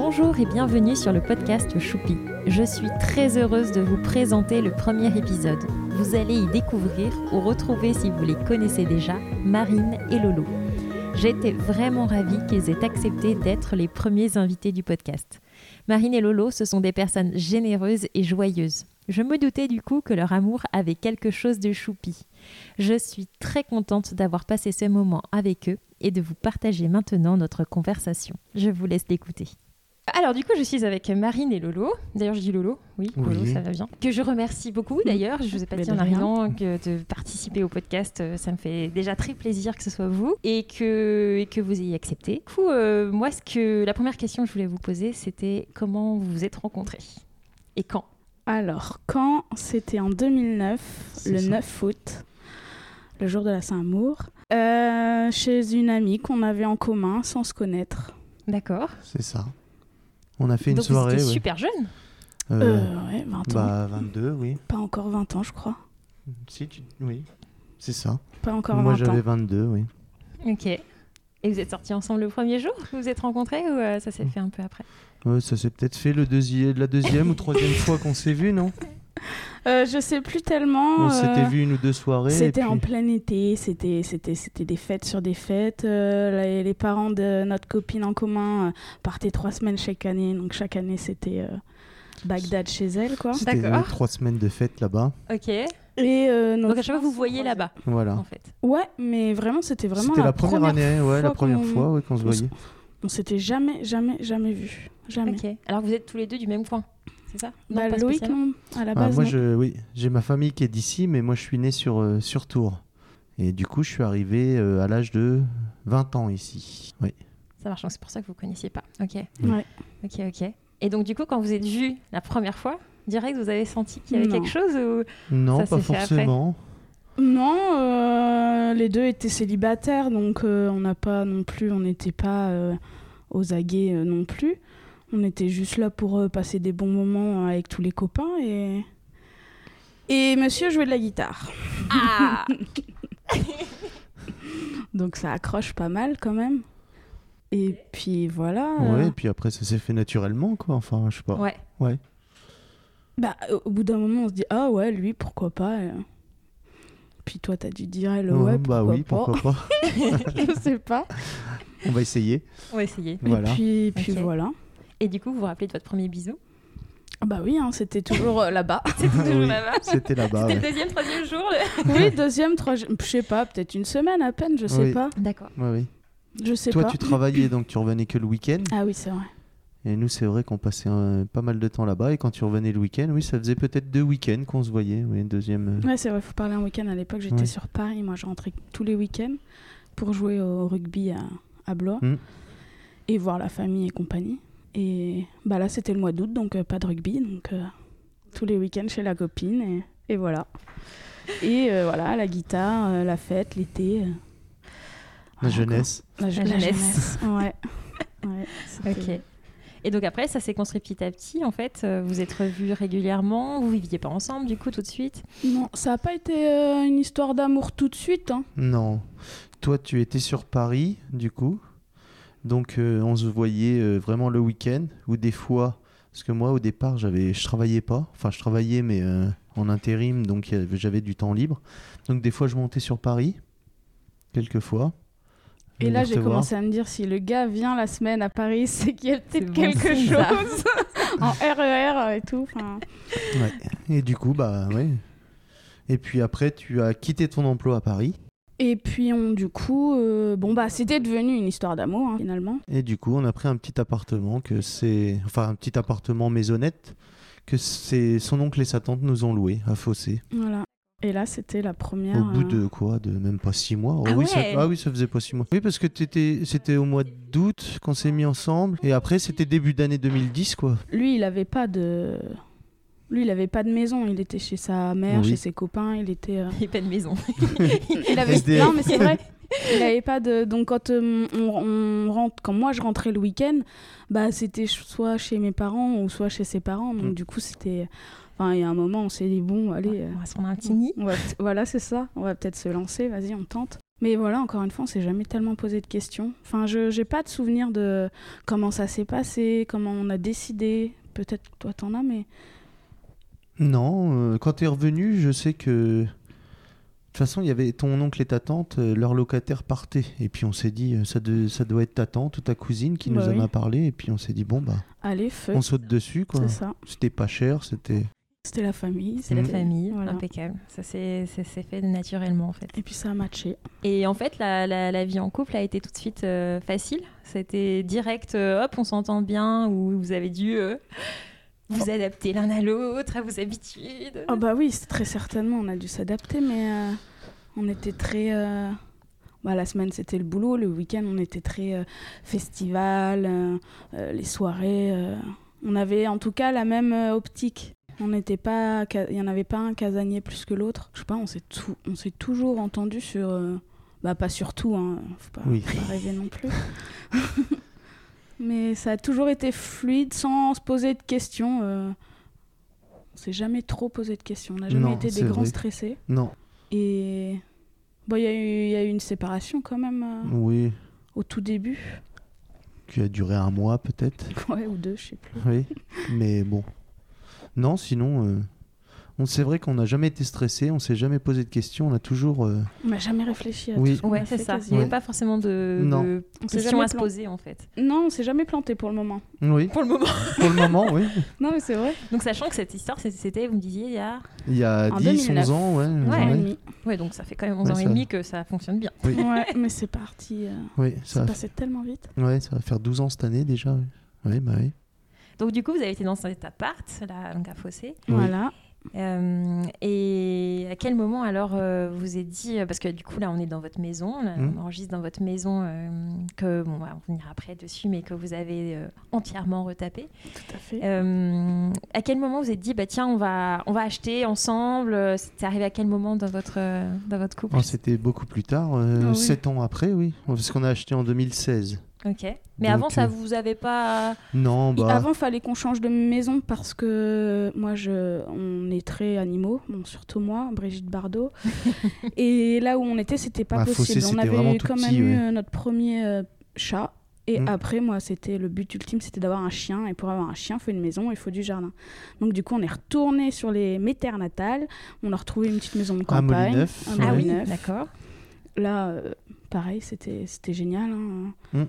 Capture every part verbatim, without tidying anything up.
Bonjour et bienvenue sur le podcast Choupi. Je suis très heureuse de vous présenter le premier épisode. Vous allez y découvrir ou retrouver, si vous les connaissez déjà, Marine et Lolo. J'étais vraiment ravie qu'ils aient accepté d'être les premiers invités du podcast. Marine et Lolo, ce sont des personnes généreuses et joyeuses. Je me doutais du coup que leur amour avait quelque chose de choupi. Je suis très contente d'avoir passé ce moment avec eux et de vous partager maintenant notre conversation. Je vous laisse l'écouter. Alors du coup, je suis avec Marine et Lolo. D'ailleurs, je dis Lolo. Oui, oui. Lolo, ça va bien. Que je remercie beaucoup d'ailleurs. Je ne vous ai pas dit en arrivant que de participer au podcast. Ça me fait déjà très plaisir que ce soit vous et que, et que vous ayez accepté. Du coup, euh, moi, ce que, la première question que je voulais vous poser, c'était comment vous vous êtes rencontrés et quand? Alors, quand? C'était en deux mille neuf, C'est le ça. neuf août, le jour de la Saint-Amour, euh, chez une amie qu'on avait en commun sans se connaître. D'accord. C'est ça. On a fait une Donc soirée. Donc vous étiez ouais. super jeune. euh, euh, Ouais, vingt ans. Bah, vingt-deux, oui. Pas encore vingt ans, je crois. Si, tu... oui, c'est ça. Pas encore Moi, vingt ans. Moi, j'avais vingt-deux, oui. Ok. Et vous êtes sortis ensemble le premier jour? Vous vous êtes rencontrés ou euh, ça s'est fait un peu après? Ouais, ça s'est peut-être fait le deuxi... la deuxième ou troisième fois qu'on s'est vus, non? Euh, je sais plus tellement. On euh, s'était vu une ou deux soirées. C'était et puis... en plein été, c'était, c'était, c'était des fêtes sur des fêtes. Euh, les, les parents de notre copine en commun euh, partaient trois semaines chaque année. Donc chaque année, c'était euh, Bagdad chez elle, quoi. C'était D'accord. euh, trois semaines de fêtes là-bas. Ok. Et euh, donc à chaque fois, vous voyez là-bas, voilà. en fait. Ouais, mais vraiment, c'était vraiment c'était la, la première, première année, ouais, la première qu'on... fois ouais, qu'on se voyait. On s'était jamais, jamais, jamais vus. Jamais. Ok. Alors vous êtes tous les deux du même coin, c'est ça? Non, bah, pas Loïc, spécialement. non. À la Ah, base, moi, non. je, oui, j'ai ma famille qui est d'ici, mais moi, je suis né sur, euh, sur Tours. Et du coup, je suis arrivé euh, à l'âge de vingt ans ici. Oui. Ça marche, donc c'est pour ça que vous ne connaissiez pas. Ok. Ouais. Ok, ok. Et donc du coup, quand vous êtes vus la première fois, direct, vous avez senti qu'il y avait Non. quelque chose ou Non, ça pas s'est fait après forcément. Non, euh, les deux étaient célibataires, donc euh, on n'a pas non plus, on n'était pas euh, aux aguets euh, non plus. On était juste là pour euh, passer des bons moments avec tous les copains et et monsieur jouait de la guitare. Ah. Donc ça accroche pas mal quand même. Et puis voilà. Ouais, euh... et puis après, ça s'est fait naturellement, quoi. Enfin, je sais pas. Ouais. Ouais. Bah, au bout d'un moment, on se dit ah ouais, lui, pourquoi pas. euh. Puis toi, t'as dû dire le Oh, ouais, bah pourquoi oui, pas. pourquoi pas. Je sais pas. On va essayer. On va essayer. Voilà. Et puis, puis Ok. voilà. Et du coup, vous vous rappelez de votre premier bisou? Bah oui, hein, c'était toujours euh, là-bas. C'était toujours Oui, là-bas. C'était là-bas. C'était ouais. le deuxième, troisième jour. Le... Oui, deuxième, troisième, je sais pas, peut-être une semaine à peine, je sais Oui. pas. D'accord. Ouais, oui. Je sais Toi, pas. tu travaillais, donc tu revenais que le week-end. Ah oui, c'est vrai. Et nous, c'est vrai qu'on passait un- pas mal de temps là-bas. Et quand tu revenais le week-end, oui, ça faisait peut-être deux week-ends qu'on se voyait. Oui, deuxième. euh, Ouais, c'est vrai, faut parler un week-end. À l'époque, j'étais Ouais. sur Paris. Moi, je rentrais tous les week-ends pour jouer au rugby à, à Blois Mm. et voir la famille et compagnie. Et bah là, c'était le mois d'août, donc euh, pas de rugby. Donc euh, tous les week-ends chez la copine. Et, et voilà. Et euh, voilà, la guitare, euh, la fête, l'été. euh, La voilà, jeunesse. quoi. La, je- La la jeunesse. jeunesse. Ouais. Ouais, c'était- Ok. Et donc après, ça s'est construit petit à petit, en fait. Euh, Vous êtes revus régulièrement. Vous viviez pas ensemble, du coup, tout de suite. Non, ça n'a pas été euh, une histoire d'amour tout de suite. Hein. Non. Toi, tu étais sur Paris, du coup. Donc, euh, on se voyait euh, vraiment le week-end. Ou des fois... Parce que moi, au départ, j'avais, je travaillais pas. Enfin, je travaillais, mais euh, en intérim. Donc, y avait- j'avais du temps libre. Donc, des fois, je montais sur Paris. Quelques fois. Et là, venir j'ai te voir. commencé à me dire, si le gars vient la semaine à Paris, c'est qu'il y a peut-être bon quelque signe, ça. chose en R E R et tout. enfin. Ouais. Et du coup, bah ouais. Et puis après, tu as quitté ton emploi à Paris. Et puis, on, du coup, euh, bon, bah, c'était devenu une histoire d'amour, hein, finalement. Et du coup, on a pris un petit appartement que c'est, enfin un petit appartement maisonnette que c'est son oncle et sa tante nous ont loué à Fossé. Voilà. Et là, c'était la première... Au bout euh, de quoi, de même pas six mois. Oh Ah oui, ouais. ça, ah oui, ça faisait pas six mois. Oui, parce que t'étais, c'était au mois d'août qu'on s'est mis ensemble. Et après, c'était début d'année deux mille dix, quoi. Lui, il avait pas de... Lui, il avait pas de maison. Il était chez sa mère, Oui. chez ses copains. Il était... euh, Il n'y a pas de maison. Il avait... S D F. Non, mais c'est vrai. Il avait pas de. Donc, quand, euh, on, on rentre... quand moi je rentrais le week-end, bah, c'était soit chez mes parents ou soit chez ses parents. Donc, Mm. du coup, c'était. Enfin, il y a un moment, on s'est dit, bon, allez. On va se prendre un petit nid. euh, on va... Voilà, c'est ça. On va peut-être se lancer. Vas-y, on tente. Mais voilà, encore une fois, on s'est jamais tellement posé de questions. Enfin, je j'ai pas de souvenir de comment ça s'est passé, comment on a décidé. Peut-être toi t'en as, mais Non, euh, quand t'es revenu, je sais que... De toute façon, il y avait ton oncle et ta tante, euh, leur locataire partait. Et puis on s'est dit, euh, ça, de- ça doit être ta tante ou ta cousine qui Bah nous en oui. a parlé. Et puis on s'est dit, bon, bah, allez, feu. on saute dessus, quoi. C'est ça. C'était pas cher, c'était... C'était la famille. C'est la Mm. famille, Voilà. impeccable. Ça s'est ça s'est fait naturellement en fait. Et puis ça a matché. Et en fait, la, la, la vie en couple a été tout de suite euh, facile. C'était direct, euh, hop, on s'entend bien, ou vous avez dû euh, vous adapter l'un à l'autre, à vos habitudes. Ah bah oui, c'est très certainement, on a dû s'adapter, mais euh, on était très... euh, bah, la semaine, c'était le boulot. Le week-end, on était très euh, festival, euh, euh, les soirées. euh, On avait en tout cas la même euh, optique. On n'était pas... ca- Il n'y en avait pas un casanier plus que l'autre. Je sais pas, on s'est, tout... on s'est toujours entendu sur... euh, Bah pas sur tout, hein. Faut pas, Oui. faut pas rêver non plus. Mais ça a toujours été fluide, sans se poser de questions. euh, On s'est jamais trop posé de questions. On n'a jamais Non, été c'est des grands vrai. stressés. Non, Et bon, il y, a eu- il y a eu une séparation quand même euh, oui, au tout début. qui a duré un mois peut-être. Ouais, ou deux, je sais plus. Oui, mais bon. Non, sinon, euh, on, c'est vrai qu'on n'a jamais été stressé, on s'est jamais posé de questions, on a toujours... euh, On n'a jamais réfléchi à Oui. tout ce qu'on Ouais, a c'est fait, ça. Il quasiment. n'y avait pas forcément de, Non. de On s'est questions jamais à se plan- poser en fait. Non, on s'est jamais planté pour le moment. Oui, Pour le moment. pour le moment, oui. Non, mais c'est vrai. Donc sachant que cette histoire, c'est- c'était, vous me disiez, il y a... Il y a En dix, deux mille neuf. onze ans, ouais. Ouais. Un an et ouais. demi. Ouais, donc ça fait quand même onze Ouais, ans et ça- demi que ça fonctionne bien. Oui. Ouais, mais c'est parti. euh, Oui, C'est ça, va... passé tellement vite. ouais, ça va faire douze ans cette année déjà. Oui, oui, bah oui. Donc du coup, vous avez été dans cet appart, là, donc à Fossé. Oui. Voilà. Euh, et à quel moment alors euh, vous vous êtes dit, parce que du coup là on est dans votre maison, là, Mm. on enregistre dans votre maison, euh, que bon, on va revenir après dessus, mais que vous avez euh, entièrement retapé. Tout à fait. Euh, à quel moment vous vous êtes dit, bah tiens, on va, on va acheter ensemble. C'est arrivé à quel moment dans votre, euh, dans votre couple? Oh, c'était beaucoup plus tard, euh, Ah oui. sept ans après, oui. Parce qu'on a acheté en deux mille seize. Ok. Mais Donc, avant ça, euh, vous avez pas. Non, Et bah... Avant, il fallait qu'on change de maison parce que moi, je, on est très animaux, bon, surtout moi, Brigitte Bardot. Et là où on était, c'était pas Ah, Fossé, possible. On c'était vraiment avait tout quand petit, même eu ouais. euh, notre premier euh, chat. Et Mm. après, moi, c'était le but ultime, c'était d'avoir un chien. Et pour avoir un chien, il faut une maison, il faut du jardin. Donc, du coup, on est retourné sur les mes terres natales. On a retrouvé une petite maison de À campagne. Molineuf, à ouais. Ah oui, Molineuf. d'accord. Là, euh, pareil, c'était c'était génial. hein. Mm.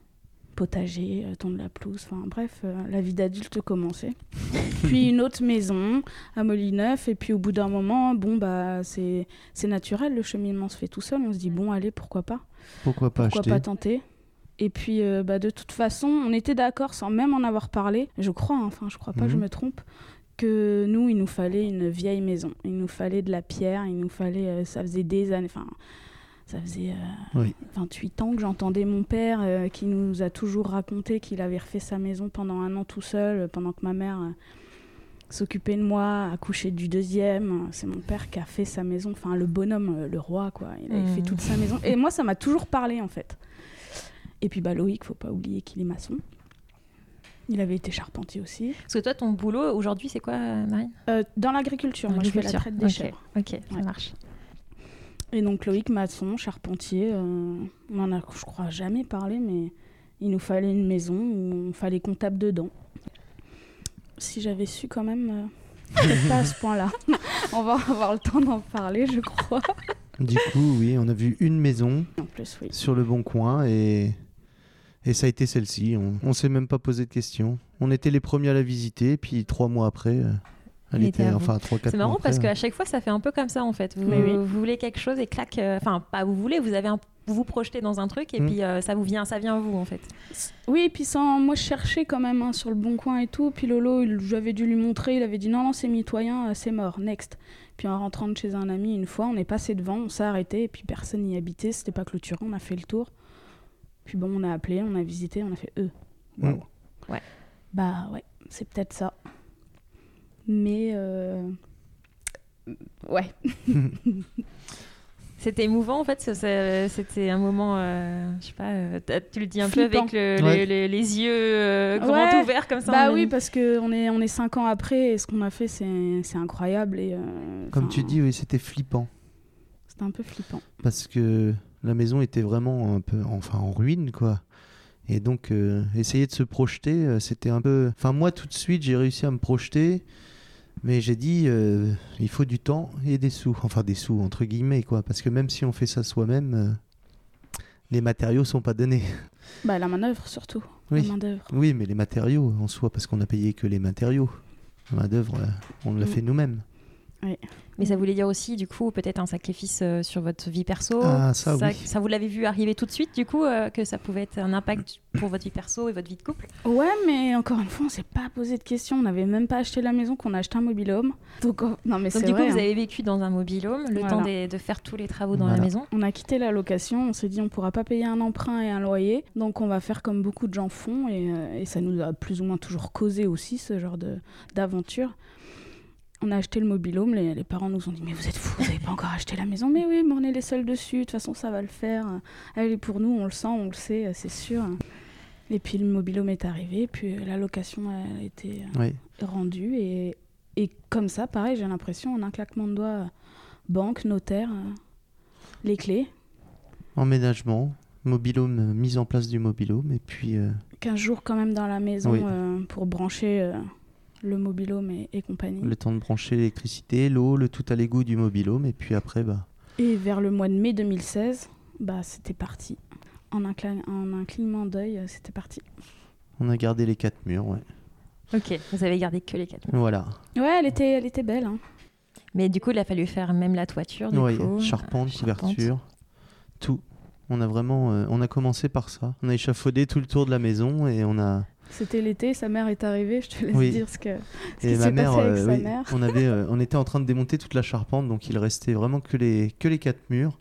Potager, euh, tondre la pelouse, enfin bref, euh, la vie d'adulte commençait. Puis une autre maison à Molineuf, et puis au bout d'un moment, bon bah c'est c'est naturel, le cheminement se fait tout seul. On se dit bon allez, pourquoi pas, Pourquoi pas pourquoi acheter pas tenter. Et puis euh, bah, de toute façon, on était d'accord sans même en avoir parlé. Je crois, hein, enfin je crois pas, Mhm. je me trompe, que nous il nous fallait une vieille maison, il nous fallait de la pierre, il nous fallait, euh, ça faisait des années, enfin. Ça faisait euh, Oui. vingt-huit ans que j'entendais mon père euh, qui nous a toujours raconté qu'il avait refait sa maison pendant un an tout seul, euh, pendant que ma mère euh, s'occupait de moi, accouchait du deuxième. C'est mon père qui a fait sa maison, enfin le bonhomme, euh, le roi, quoi. Il avait Mmh. fait toute sa maison. Et moi, ça m'a toujours parlé, en fait. Et puis bah, Loïc, faut pas oublier qu'il est maçon. Il avait été charpentier aussi. Parce que toi, ton boulot aujourd'hui, c'est quoi, euh, Marine? Euh, dans l'agriculture, moi je fais la Agriculture. traite des Ok. chèvres. Ok, ça Ouais. marche. Et donc Loïc maçon, charpentier, euh, on en a, je crois, jamais parlé, mais il nous fallait une maison où il fallait qu'on tape dedans. Si j'avais su quand même, euh, peut-être pas à ce point-là. On va avoir le temps d'en parler, je crois. Du coup, oui, on a vu une maison En plus, oui. sur le Bon Coin et, et ça a été celle-ci. On, on s'est même pas posé de questions. On était les premiers à la visiter, puis trois mois après, euh, elle Elle était était, à vous. enfin trois, quatre C'est mois marrant après, parce ouais. qu'à chaque fois, ça fait un peu comme ça en fait. Vous, Mais oui. vous voulez quelque chose et clac, euh, enfin pas vous voulez, vous avez un, vous vous projetez dans un truc et Mm. puis euh, ça vous vient, ça vient à vous en fait. Oui, et puis sans, moi je cherchais quand même hein, sur le Bon Coin et tout. Puis Lolo, il- j'avais dû lui montrer, il avait dit non, non, c'est mitoyen, euh, c'est mort, next. Puis en rentrant de chez un ami une fois, on est passé devant, on s'est arrêté et puis personne n'y habitait, c'était pas clôturé, on a fait le tour. Puis bon, on a appelé, on a visité, on a fait euh. Mm. Waouh. Ouais. Bah ouais, c'est peut-être ça. Mais euh... ouais. C'était émouvant en fait, ça- ça- c'était un moment, euh, je sais pas, euh, t'as- tu le dis un Flippant. peu avec le- Ouais. les, les- les yeux euh, grands Ouais. ouverts comme ça. Bah on oui, est- parce qu'on est, on est cinq ans après et ce qu'on a fait, c'est, c'est incroyable. Et, euh, Comme enfin, tu dis, oui, c'était flippant. C'était un peu flippant. Parce que La maison était vraiment un peu, enfin, en ruine, quoi. Et donc, euh, essayer de se projeter, euh, c'était un peu... Enfin, moi, tout de suite, j'ai réussi à me projeter, mais j'ai dit, euh, il faut du temps et des sous. Enfin, des sous, entre guillemets, quoi. Parce que même si on fait ça soi-même, euh, les matériaux sont pas donnés. Bah, la manœuvre, surtout. Oui. La main-d'œuvre. Oui, mais les matériaux, en soi, parce qu'on n'a payé que les matériaux. La main-d'œuvre, euh, on l'a Mm. fait nous-mêmes. Oui. Mais ça voulait dire aussi, du coup, peut-être un sacrifice euh, sur votre vie perso. Ah, ça, oui. Ça, vous l'avez vu arriver tout de suite, du coup, euh, que ça pouvait être un impact pour votre vie perso et votre vie de couple. Ouais, mais encore une fois, on s'est pas posé de questions. On n'avait même pas acheté la maison, qu'on a acheté un mobil-home. Donc, oh, non, mais Donc, c'est du vrai. coup, vous hein. avez vécu dans un mobil-home, le Voilà. temps de, de faire tous les travaux dans Voilà. la maison. On a quitté la location, on s'est dit on pourra pas payer un emprunt et un loyer, donc on va faire comme beaucoup de gens font, et, euh, et ça nous a plus ou moins toujours causé aussi ce genre de, d'aventure. On a acheté le mobil-home, les, les parents nous ont dit mais vous êtes fous, vous n'avez pas encore acheté la maison. Mais oui, mais on est les seuls dessus, de toute façon ça va le faire. Elle est pour nous, on le sent, on le sait, c'est sûr. Et puis le mobil-home est arrivé, puis la location a été Oui. rendue, et, et comme ça, pareil, j'ai l'impression, en un claquement de doigts, banque, notaire, euh, les clés. Emménagement, mobil-home, euh, mise en place du mobil-home, et puis... euh, quinze jours quand même dans la maison Oui. euh, pour brancher euh, le mobil-home et, et compagnie. le temps de brancher l'électricité, l'eau, le tout à l'égout du mobil-home, et puis après, bah... Et vers le mois de mai deux mille seize, bah, c'était parti. En un, cla- en un clignement d'œil, euh, c'était parti. On a gardé les quatre murs, ouais. Ok, vous avez gardé que les quatre murs. Voilà. Ouais, elle était, elle était belle. Hein. Mais du coup, il a fallu faire même la toiture, du Oui, coup. charpente, Euh, charpente. couverture, tout. On a vraiment... euh, on a commencé par ça. On a échafaudé tout le tour de la maison, et on a... C'était l'été, sa mère est arrivée, je te laisse Oui. dire ce, que, ce Et qui ma s'est mère, passé avec euh, sa oui, mère. on, avait, euh, on était en train de démonter toute la charpente, donc il restait vraiment que les, que les quatre murs.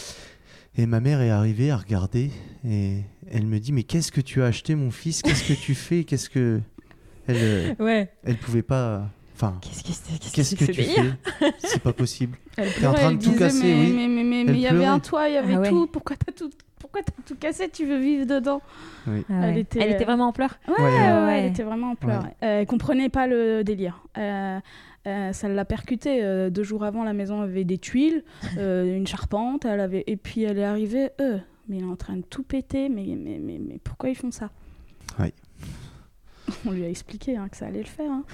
Et ma mère est arrivée à regarder, et elle me dit, mais qu'est-ce que tu as acheté, mon fils? Qu'est-ce que tu fais? Qu'est-ce que... Elle, euh, Ouais. elle pouvait pas... Enfin, Qu'est-ce que c'est qu'est-ce qu'est-ce que, que c'est tu ce délire fais? C'est pas possible. Elle T'es en pleurait, train elle de tout disait, casser, mais, oui. Mais mais mais Elle mais il y avait pleurait. un toit, il y avait Ah ouais. tout. Pourquoi t'as tout, pourquoi t'as tout cassé? Tu veux vivre dedans? Oui. Ah ouais. Elle était- Elle était vraiment en pleurs. Ouais, Ouais, ouais, ouais. ouais, elle était vraiment en pleurs. Ouais. Euh, elle comprenait pas le délire. Euh, euh, ça l'a percuté. Euh, deux jours avant, la maison avait des tuiles, euh, une charpente, elle avait... et puis elle est arrivée, euh, mais il est en train de tout péter, mais, mais, mais, mais pourquoi ils font ça? Oui. On lui a expliqué hein, que ça allait le faire. Hein.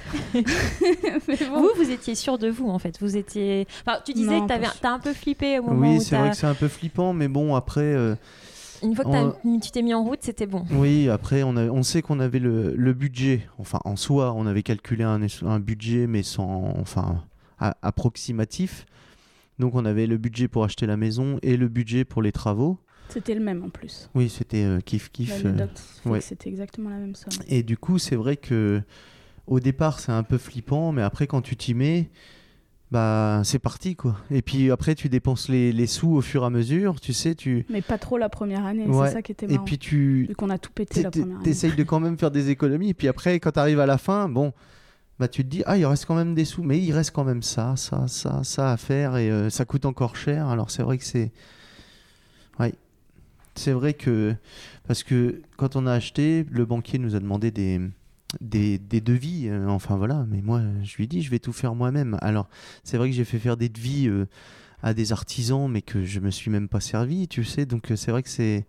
Mais bon. Vous, vous étiez sûr de vous, en fait. Vous étiez... Enfin, tu disais Non, que t'avais- pas sûr. t'as un peu flippé au moment Oui, où c'est t'as... vrai que c'est un peu flippant, mais bon, après... euh, Une fois que t'as- tu t'es mis en route, c'était bon. Oui, après, on, a, on sait qu'on avait le, le budget. Enfin, en soi, on avait calculé un, un budget, mais sans, enfin, a- approximatif. Donc, on avait le budget pour acheter la maison et le budget pour les travaux. C'était le même en plus. Oui, c'était euh, kiff kiff. euh. L'anecdote fait ouais. que c'était exactement la même somme. Et du coup, c'est vrai que au départ, c'est un peu flippant, mais après, quand tu t'y mets, bah, c'est parti, quoi. Et puis après, tu dépenses les, les sous au fur et à mesure, tu sais, tu... Mais pas trop la première année, Ouais. c'est ça qui était Et marrant. puis tu... Vu qu'on a tout pété la première année. T'essayes de quand même faire des économies, et puis après, quand tu arrives à la fin, bon, bah tu te dis, ah, il reste quand même des sous, mais il reste quand même ça, ça, ça, ça à faire, et euh, ça coûte encore cher. Alors c'est vrai que c'est... Ouais. C'est vrai que... Parce que quand on a acheté, le banquier nous a demandé des... Des, des devis, euh, enfin voilà, mais moi je lui dis je vais tout faire moi-même. Alors c'est vrai que j'ai fait faire des devis euh, à des artisans, mais que je me suis même pas servi, tu sais, donc euh, c'est vrai que c'est.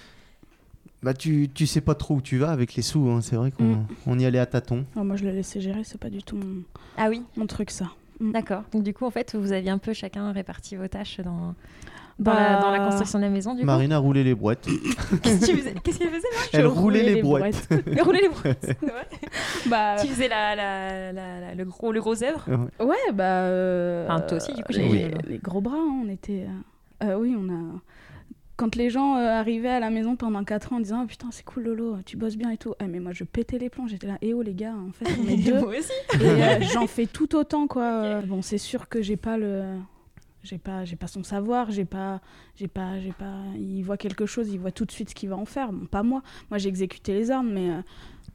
Bah tu, tu sais pas trop où tu vas avec les sous, hein. C'est vrai qu'on Mm. on y allait à tâtons. Oh, moi je l'ai laissé gérer, c'est pas du tout mon, Ah oui, mon truc ça. d'accord. Donc du coup, en fait, vous aviez un peu chacun réparti vos tâches dans, dans, Bah, la, dans la construction de la maison, du coup. Marine a roulé les brouettes. Qu'est-ce que tu faisais Qu'est-ce qu'elle faisait, je Elle roulait les brouettes. brouettes. Elle roulait les brouettes. C'est vrai. Bah, Tu faisais la, la, la, la- le gros, le gros œuvre. Ouais. ouais, bah. euh, Enfin, toi aussi, du coup, les, j'imagine. les gros bras, hein, on était. euh, euh, oui, on a. Quand les gens euh, arrivaient à la maison pendant quatre ans en disant oh, putain, c'est cool Lolo, tu bosses bien et tout. Eh, mais moi, je pétais les plombs, j'étais là, eh oh les gars, en fait, on est deux. Moi aussi. Et euh, j'en fais tout autant, quoi. Euh, Bon, c'est sûr que j'ai pas le. J'ai pas, j'ai pas son savoir, j'ai pas, j'ai pas, j'ai pas. Il voit quelque chose, il voit tout de suite ce qu'il va en faire. Bon, pas moi. Moi, j'ai exécuté les ordres, mais euh,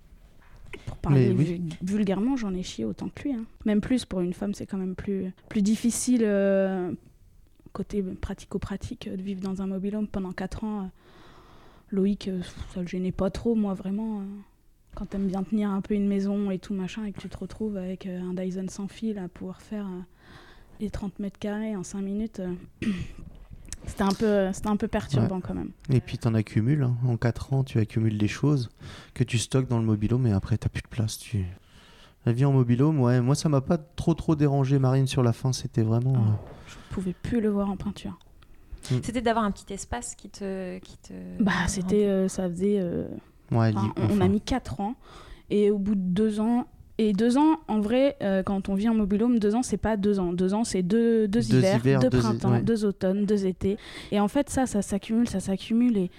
pour parler Mais oui. vu- vulgairement, j'en ai chié autant que lui. Hein. Même plus pour une femme, c'est quand même plus, plus difficile euh, côté pratico-pratique euh, de vivre dans un mobil-home pendant quatre ans. euh. Loïc, euh, ça le gênait pas trop, moi vraiment. euh, Quand t'aimes bien tenir un peu une maison et tout machin, et que tu te retrouves avec euh, un Dyson sans fil à pouvoir faire euh, les trente mètres carrés en cinq minutes, euh, c'est c'était un peu, c'était un peu perturbant ouais. quand même. Et puis t'en accumules, hein. En quatre ans, tu accumules des choses que tu stockes dans le mobil-home, mais après t'as plus de place. Tu... La vie en mobil-home, ouais, moi ça m'a pas trop trop dérangé, Marine, sur la fin, c'était vraiment... Oh, euh... Je pouvais plus le voir en peinture. Mm. C'était d'avoir un petit espace qui te... Qui te... Bah c'était, euh, ça faisait... Euh... Ouais, enfin, on, on enfin. a mis quatre ans, et au bout de deux ans... Et deux ans, en vrai, euh, quand on vit en mobil-home, deux ans, c'est pas deux ans. Deux ans, c'est deux, deux, deux hivers, hivers, deux, deux printemps, ouais. deux automnes, deux étés. Et en fait, ça, ça s'accumule, ça s'accumule. Et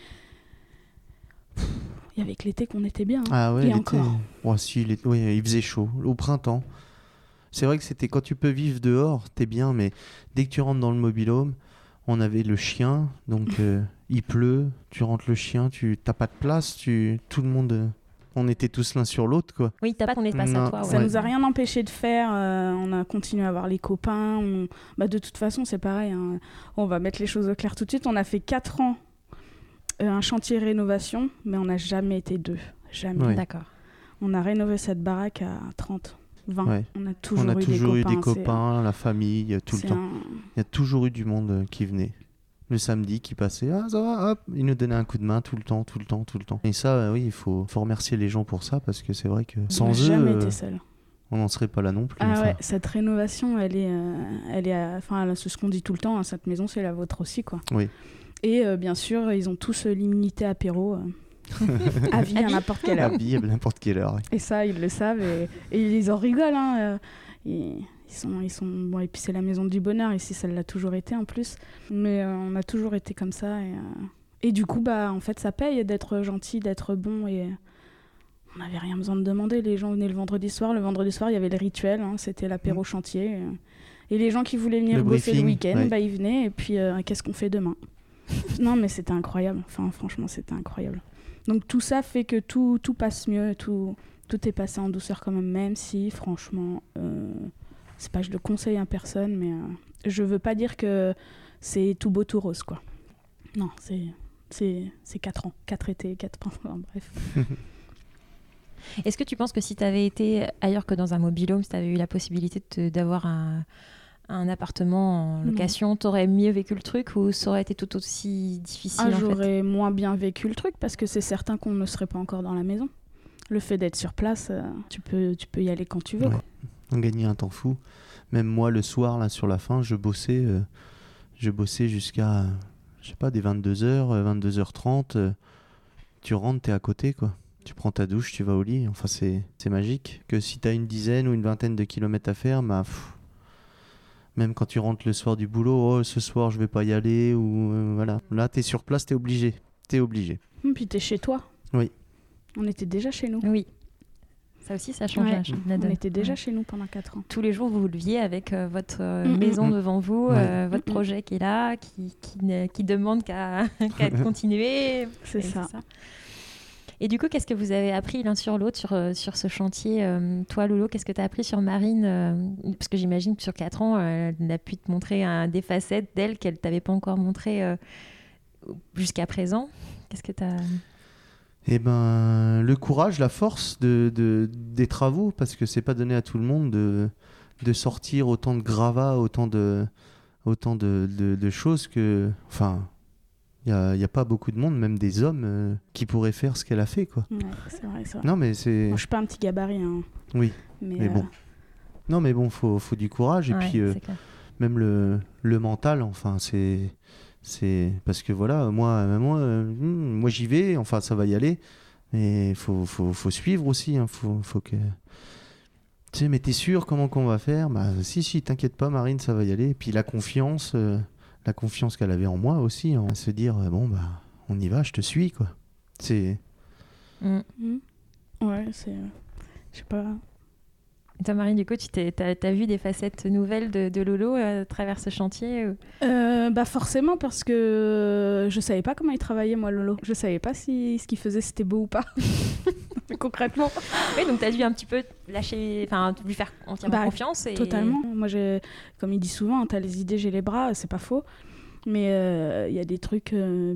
il y avait que l'été qu'on était bien. Hein. Ah ouais, et l'été. encore. Oh, si, l'été... ouais, il faisait chaud. Au printemps. C'est vrai que c'était quand tu peux vivre dehors, t'es bien, mais dès que tu rentres dans le mobil-home, on avait le chien, donc euh, il pleut, tu rentres le chien, tu t'as pas de place, tu... tout le monde... Euh... On était tous l'un sur l'autre, quoi. Oui, t'as pas ton espace non, à toi. Ouais. Ça nous a rien empêché de faire. Euh, on a continué à voir les copains. On... Bah, de toute façon, c'est pareil. Hein. On va mettre les choses au clair tout de suite. On a fait quatre ans euh, un chantier rénovation, mais on n'a jamais été deux. Jamais. Ouais. D'accord. On a rénové cette baraque à trente, vingt. Ouais. On a toujours, on a eu, toujours des eu copains, des copains, la famille, tout le temps. Un... Il y a toujours eu du monde qui venait. Le samedi qui passait, ah ça va, hop, il nous donnait un coup de main tout le temps, tout le temps, tout le temps. Et ça, euh, oui, il faut, faut remercier les gens pour ça, parce que c'est vrai que sans eux, jamais euh, été seul. On n'en serait pas là non plus. Ah enfin. ouais, cette rénovation, elle est, euh, elle est, enfin, c'est ce qu'on dit tout le temps, hein, cette maison, c'est la vôtre aussi, quoi. Oui. Et euh, bien sûr, ils ont tous euh, l'immunité apéro, euh, à vie à n'importe quelle heure. À vie à n'importe quelle heure. Oui. Et ça, ils le savent, et, et ils en rigolent, hein. Euh, et... Ils sont, ils sont... Bon, et puis c'est la maison du bonheur, ici ça l'a toujours été en plus. Mais euh, on a toujours été comme ça. Et, euh... et du coup, bah, en fait, ça paye d'être gentil, d'être bon. Et on n'avait rien besoin de demander. Les gens venaient le vendredi soir. Le vendredi soir, il y avait le rituel, hein, c'était l'apéro mmh. chantier. Et... et les gens qui voulaient venir le bosser briefing, le week-end, ouais. bah, ils venaient. Et puis, euh, qu'est-ce qu'on fait demain? Non, mais c'était incroyable. Enfin, franchement, c'était incroyable. Donc tout ça fait que tout, tout passe mieux. Tout, tout est passé en douceur quand même, même si, franchement... Euh... C'est pas, je le conseille à personne, mais euh, je veux pas dire que c'est tout beau, tout rose, quoi. Non, c'est, c'est, c'est quatre ans. quatre étés, quatre ans, enfin, bref. Est-ce que tu penses que si tu avais été ailleurs que dans un mobil-home, si tu avais eu la possibilité de, d'avoir un, un appartement en location, tu aurais mieux vécu le truc ou ça aurait été tout aussi difficile ah, en j'aurais fait moins bien vécu le truc parce que c'est certain qu'on ne serait pas encore dans la maison. Le fait d'être sur place, euh, tu peux, tu peux y aller quand tu veux, ouais. quoi. On gagnait un temps fou. Même moi, le soir, là, sur la fin, je bossais, euh, je bossais jusqu'à, je sais pas, des vingt-deux heures, vingt-deux heures trente. Euh, tu rentres, t'es à côté, quoi. Tu prends ta douche, tu vas au lit. Enfin, c'est, c'est magique. Que si t'as une dizaine ou une vingtaine de kilomètres à faire, bah, pff, même quand tu rentres le soir du boulot, oh, ce soir, je vais pas y aller, ou euh, voilà. Là, t'es sur place, t'es obligé. T'es obligé. Et puis t'es chez toi. Oui. On était déjà chez nous. Oui. Ça aussi, ça change ouais. la donne. On était déjà ouais. chez nous pendant quatre ans. Tous les jours, vous vous leviez avec euh, votre euh, mmh, maison mmh. devant vous, ouais. euh, votre mmh. projet qui est là, qui, qui, ne, qui demande qu'à, qu'à être continué. C'est ça. c'est ça. Et du coup, qu'est-ce que vous avez appris l'un sur l'autre sur, euh, sur ce chantier euh, Toi, Lolo, qu'est-ce que tu as appris sur Marine euh, Parce que j'imagine que sur quatre ans, euh, elle a pu te montrer un, des facettes d'elle qu'elle ne t'avait pas encore montrées euh, jusqu'à présent. Qu'est-ce que tu as... Eh ben, le courage, la force de, de, des travaux, parce que c'est pas donné à tout le monde de, de sortir autant de gravats, autant de, autant de, de, de choses que... Enfin, il n'y a, y a pas beaucoup de monde, même des hommes, euh, qui pourraient faire ce qu'elle a fait, quoi. Ouais, c'est vrai, c'est vrai. Non, mais c'est... Moi, je suis pas un petit gabarit, hein. Oui, mais, mais euh... bon. Non, mais bon, faut, faut du courage, et ouais, puis euh, même le, le mental, enfin, c'est... C'est parce que voilà, moi, moi, euh, moi j'y vais, enfin ça va y aller, mais il faut, faut, faut suivre aussi, hein, faut, faut que... Tu sais, mais t'es sûr comment qu'on va faire? Bah si, si, t'inquiète pas Marine, ça va y aller. Et puis la confiance, euh, la confiance qu'elle avait en moi aussi, hein, se dire, euh, bon, bah on y va, je te suis, quoi. C'est... Mmh. Ouais, c'est... Euh, je sais pas... Toi, Marine, du coup, tu t'es, t'as, t'as vu des facettes nouvelles de, de Lolo à travers ce chantier ou... euh, Bah forcément, parce que je savais pas comment il travaillait, moi, Lolo. Je savais pas si ce qu'il faisait, c'était beau ou pas. Concrètement. Oui, donc tu as dû un petit peu lâcher, enfin, lui faire entièrement bah, confiance. Et... Totalement. Moi, j'ai, comme il dit souvent, t'as les idées, j'ai les bras, c'est pas faux. Mais il euh, y a des trucs... Euh...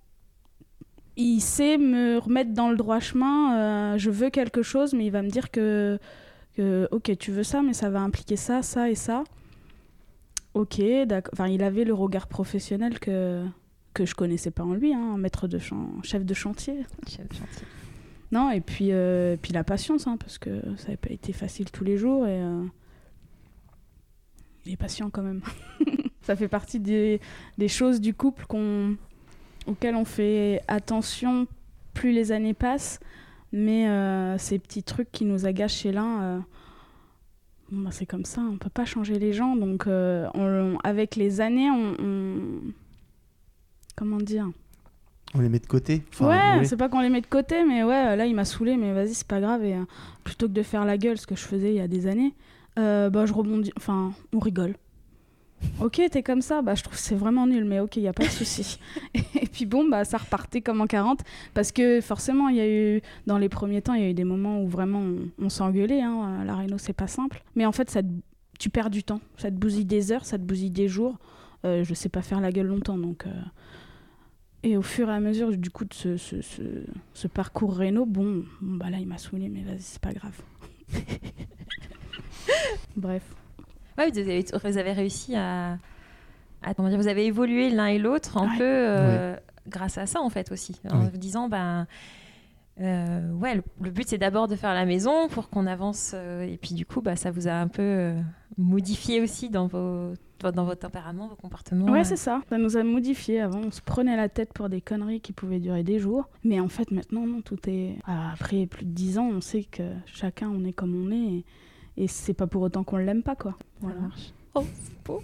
Il sait me remettre dans le droit chemin. Euh, je veux quelque chose, mais il va me dire que... que ok, tu veux ça, mais ça va impliquer ça, ça et ça. ok, d'accord. Enfin, il avait le regard professionnel que, que je connaissais pas en lui, hein, maître de chan... chef de chantier. Chef de chantier. Non, et puis, euh, puis la patience, hein, parce que ça n'avait pas été facile tous les jours. Et, euh, il est patient quand même. Ça fait partie des, des choses du couple qu'on, auxquelles on fait attention plus les années passent. Mais euh, ces petits trucs qui nous agacent chez l'un, euh, bon, bah, c'est comme ça, on ne peut pas changer les gens. Donc, euh, on, avec les années, on, on... Comment dire ? On les met de côté. Enfin, ouais, oui. c'est pas qu'on les met de côté, mais ouais, là, il m'a saoulé, mais vas-y, c'est pas grave. Et euh, plutôt que de faire la gueule, ce que je faisais il y a des années, euh, bah, je rebondis, enfin, on rigole. Ok, t'es comme ça, bah, je trouve que c'est vraiment nul, mais ok, il n'y a pas de souci. Et puis bon, bah, ça repartait comme en quarante, parce que forcément, il y a eu, dans les premiers temps, il y a eu des moments où vraiment on, on s'engueulait. Hein, la réno, c'est pas simple. Mais en fait, ça te, tu perds du temps. Ça te bousille des heures, ça te bousille des jours. Euh, je sais pas faire la gueule longtemps, donc... Euh... Et au fur et à mesure, du coup, de ce, ce, ce, ce parcours réno, bon, bon, bah là, il m'a saoulé, mais vas-y, c'est pas grave. Bref. Ouais, vous avez, vous avez réussi à, à comment dire, vous avez évolué l'un et l'autre un ouais. peu euh, ouais. grâce à ça en fait aussi, en oui. vous disant ben euh, ouais, le, le but c'est d'abord de faire la maison pour qu'on avance euh, et puis du coup bah ça vous a un peu euh, modifié aussi dans vos dans votre tempérament, vos comportements. Ouais, euh. c'est ça. Ça nous a modifié. Avant, on se prenait la tête pour des conneries qui pouvaient durer des jours. Mais en fait, maintenant, non, tout est... Après plus de dix ans, on sait que chacun, on est comme on est. Et, et c'est pas pour autant qu'on l'aime pas, quoi. Voilà. Ça marche. Oh, c'est beau.